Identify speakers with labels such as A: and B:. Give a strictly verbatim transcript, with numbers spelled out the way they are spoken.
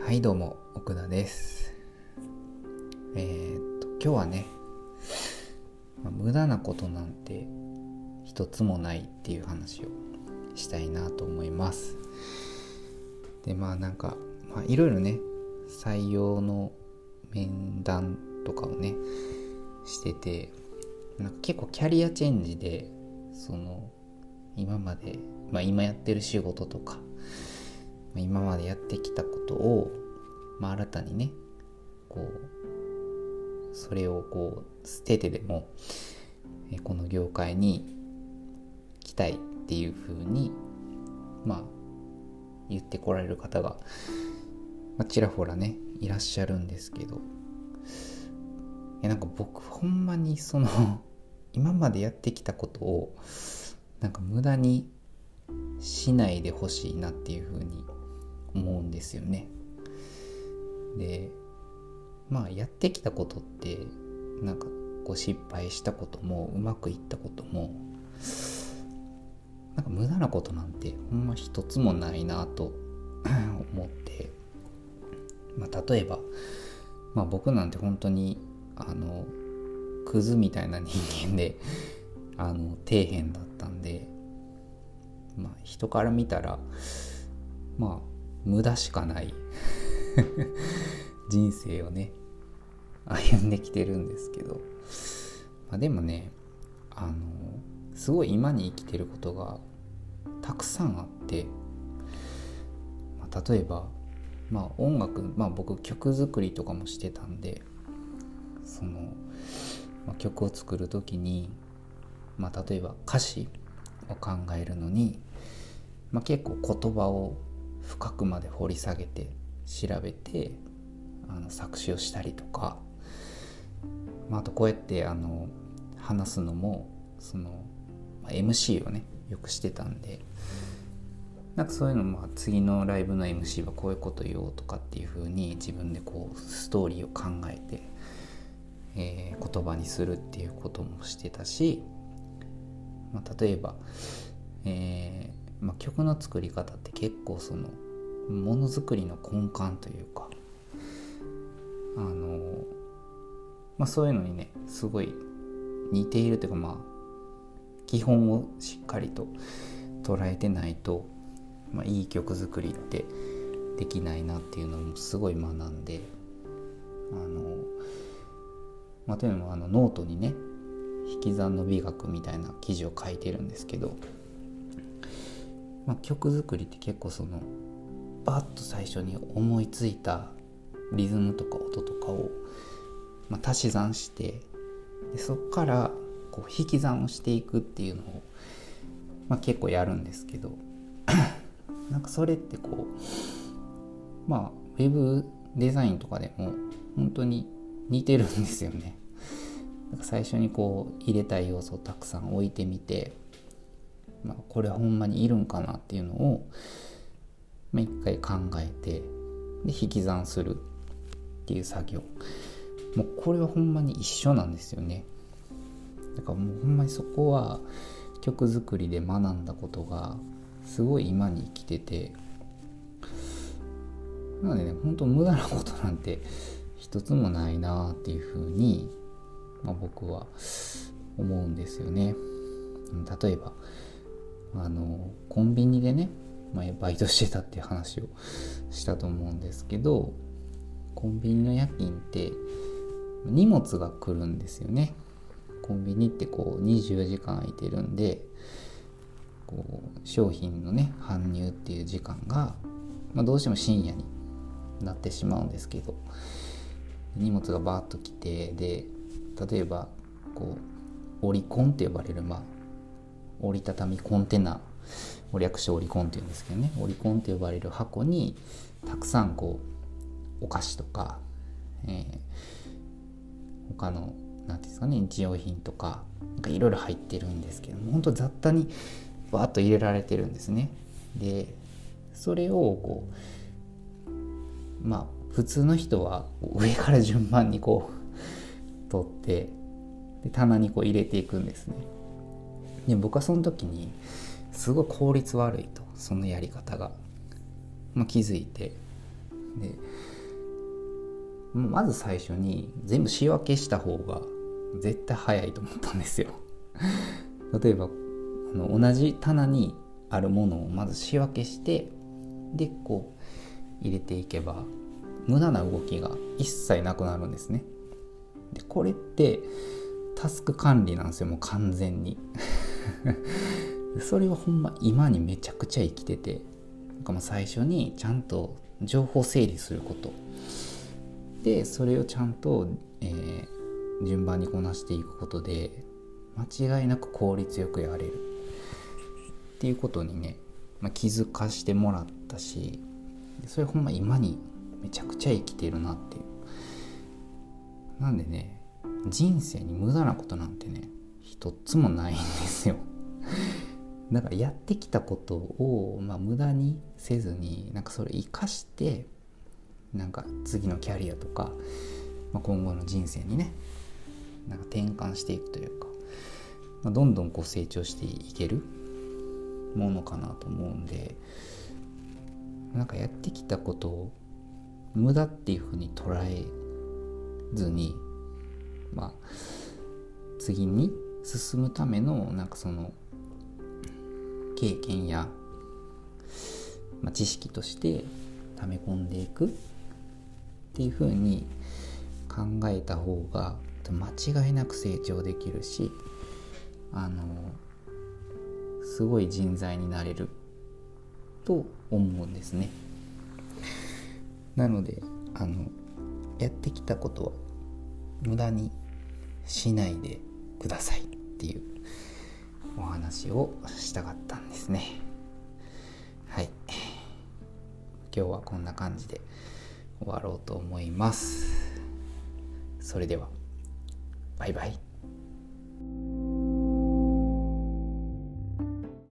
A: はいどうも奥田です。えー、っと今日はね、まあ、無駄なことなんて一つもないっていう話をしたいなと思います。でまあなんかまあいろいろね採用の面談とかをねしてて、なんか結構キャリアチェンジでその今までまあ今やってる仕事とか今までやってきたことを、まあ、新たにねこうそれをこう捨ててでもえこの業界に来たいっていう風にまあ言ってこられる方が、まあ、ちらほらねいらっしゃるんですけど、いやなんか僕ほんまにその今までやってきたことをなんか無駄にしないでほしいなっていう風に思うんですよね。でまあやってきたことってなんかこう失敗したこともうまくいったこともなんか無駄なことなんてほんま一つもないなと思って、まあ、例えば、まあ、僕なんて本当にあのクズみたいな人間であの底辺だったんで、まあ人から見たらまあ無駄しかない人生をね歩んできてるんですけど、まあ、でもねあのすごい今に生きてることがたくさんあって、まあ、例えば、まあ、音楽、まあ、僕曲作りとかもしてたんでその、まあ、曲を作る時に、まあ、例えば歌詞を考えるのに、まあ、結構言葉を深くまで掘り下げて調べてあの作詞をしたりとか、まあ、あとこうやってあの話すのもその、まあ、エムシー をねよくしてたんで、なんかそういうのも次のライブの エムシー はこういうこと言おうとかっていう風に自分でこうストーリーを考えて、えー、言葉にするっていうこともしてたし、まあ、例えば、えーまあ、曲の作り方って結構そのものづくりの根幹というかあの、まあ、そういうのにねすごい似ているというか、まあ基本をしっかりと捉えてないと、まあ、いい曲作りってできないなっていうのもすごい学んで、あの、まあ、というのもあのノートにね引き算の美学みたいな記事を書いてるんですけど、まあ、曲作りって結構そのバッと最初に思いついたリズムとか音とかを、まあ、足し算してでそこからこう引き算をしていくっていうのを、まあ、結構やるんですけどなんかそれってこうまあウェブデザインとかでも本当に似てるんですよね。なんか最初にこう入れたい要素をたくさん置いてみて、まあ、これはほんまにいるんかなっていうのを、まあ、一回考えてで引き算するっていう作業、もうこれはほんまに一緒なんですよね。だからもうほんまにそこは曲作りで学んだことがすごい今に生きてて、なのでね本当無駄なことなんて一つもないなっていうふうに、まあ、僕は思うんですよね。例えばあのコンビニでね、まあ、バイトしてたっていう話をしたと思うんですけど、コンビニの夜勤って荷物が来るんですよね。コンビニってこうにじゅうよじかん空いてるんで、こう商品のね搬入っていう時間が、まあ、どうしても深夜になってしまうんですけど、荷物がバーッと来て、で例えばこうオリコンって呼ばれる、まあ折りたたみコンテナを略してオリコンっていうんですけどね、オリコンって呼ばれる箱にたくさんこうお菓子とか、えー、他のなんていうんですかね日用品とかなんかいろいろ入ってるんですけども、本当雑多にバーッと入れられてるんですね。でそれをこうまあ普通の人は上から順番にこう取ってで棚にこう入れていくんですね。で僕はその時にすごい効率悪いと、そのやり方が、まあ、気づいて、 でまず最初に全部仕分けした方が絶対早いと思ったんですよ。例えばあの同じ棚にあるものをまず仕分けして、でこう入れていけば無駄な動きが一切なくなるんですね。でこれってタスク管理なんですよ、もう完全に。それはほんま今にめちゃくちゃ生きてて、なんかもう最初にちゃんと情報整理することで、それをちゃんと、えー、順番にこなしていくことで間違いなく効率よくやれるっていうことにね、まあ、気づかしてもらったし、それほんま今にめちゃくちゃ生きてるなっていう。なんでね、人生に無駄なことなんてね一つもないんですよ。だからやってきたことを、まあ、無駄にせずに、なんかそれ生かしてなんか次のキャリアとか、まあ、今後の人生にねなんか転換していくというか、まあ、どんどんこう成長していけるものかなと思うんで、なんかやってきたことを無駄っていうふうに捉えずに、まあ次に進むためのなんかその経験や、まあ、知識として溜め込んでいくっていう風に考えた方が間違いなく成長できるし、あのすごい人材になれると思うんですね。なのであのやってきたことは無駄にしないでくださいっていうお話をしたかったんですね。はい、今日はこんな感じで終わろうと思います。それではバイバイ。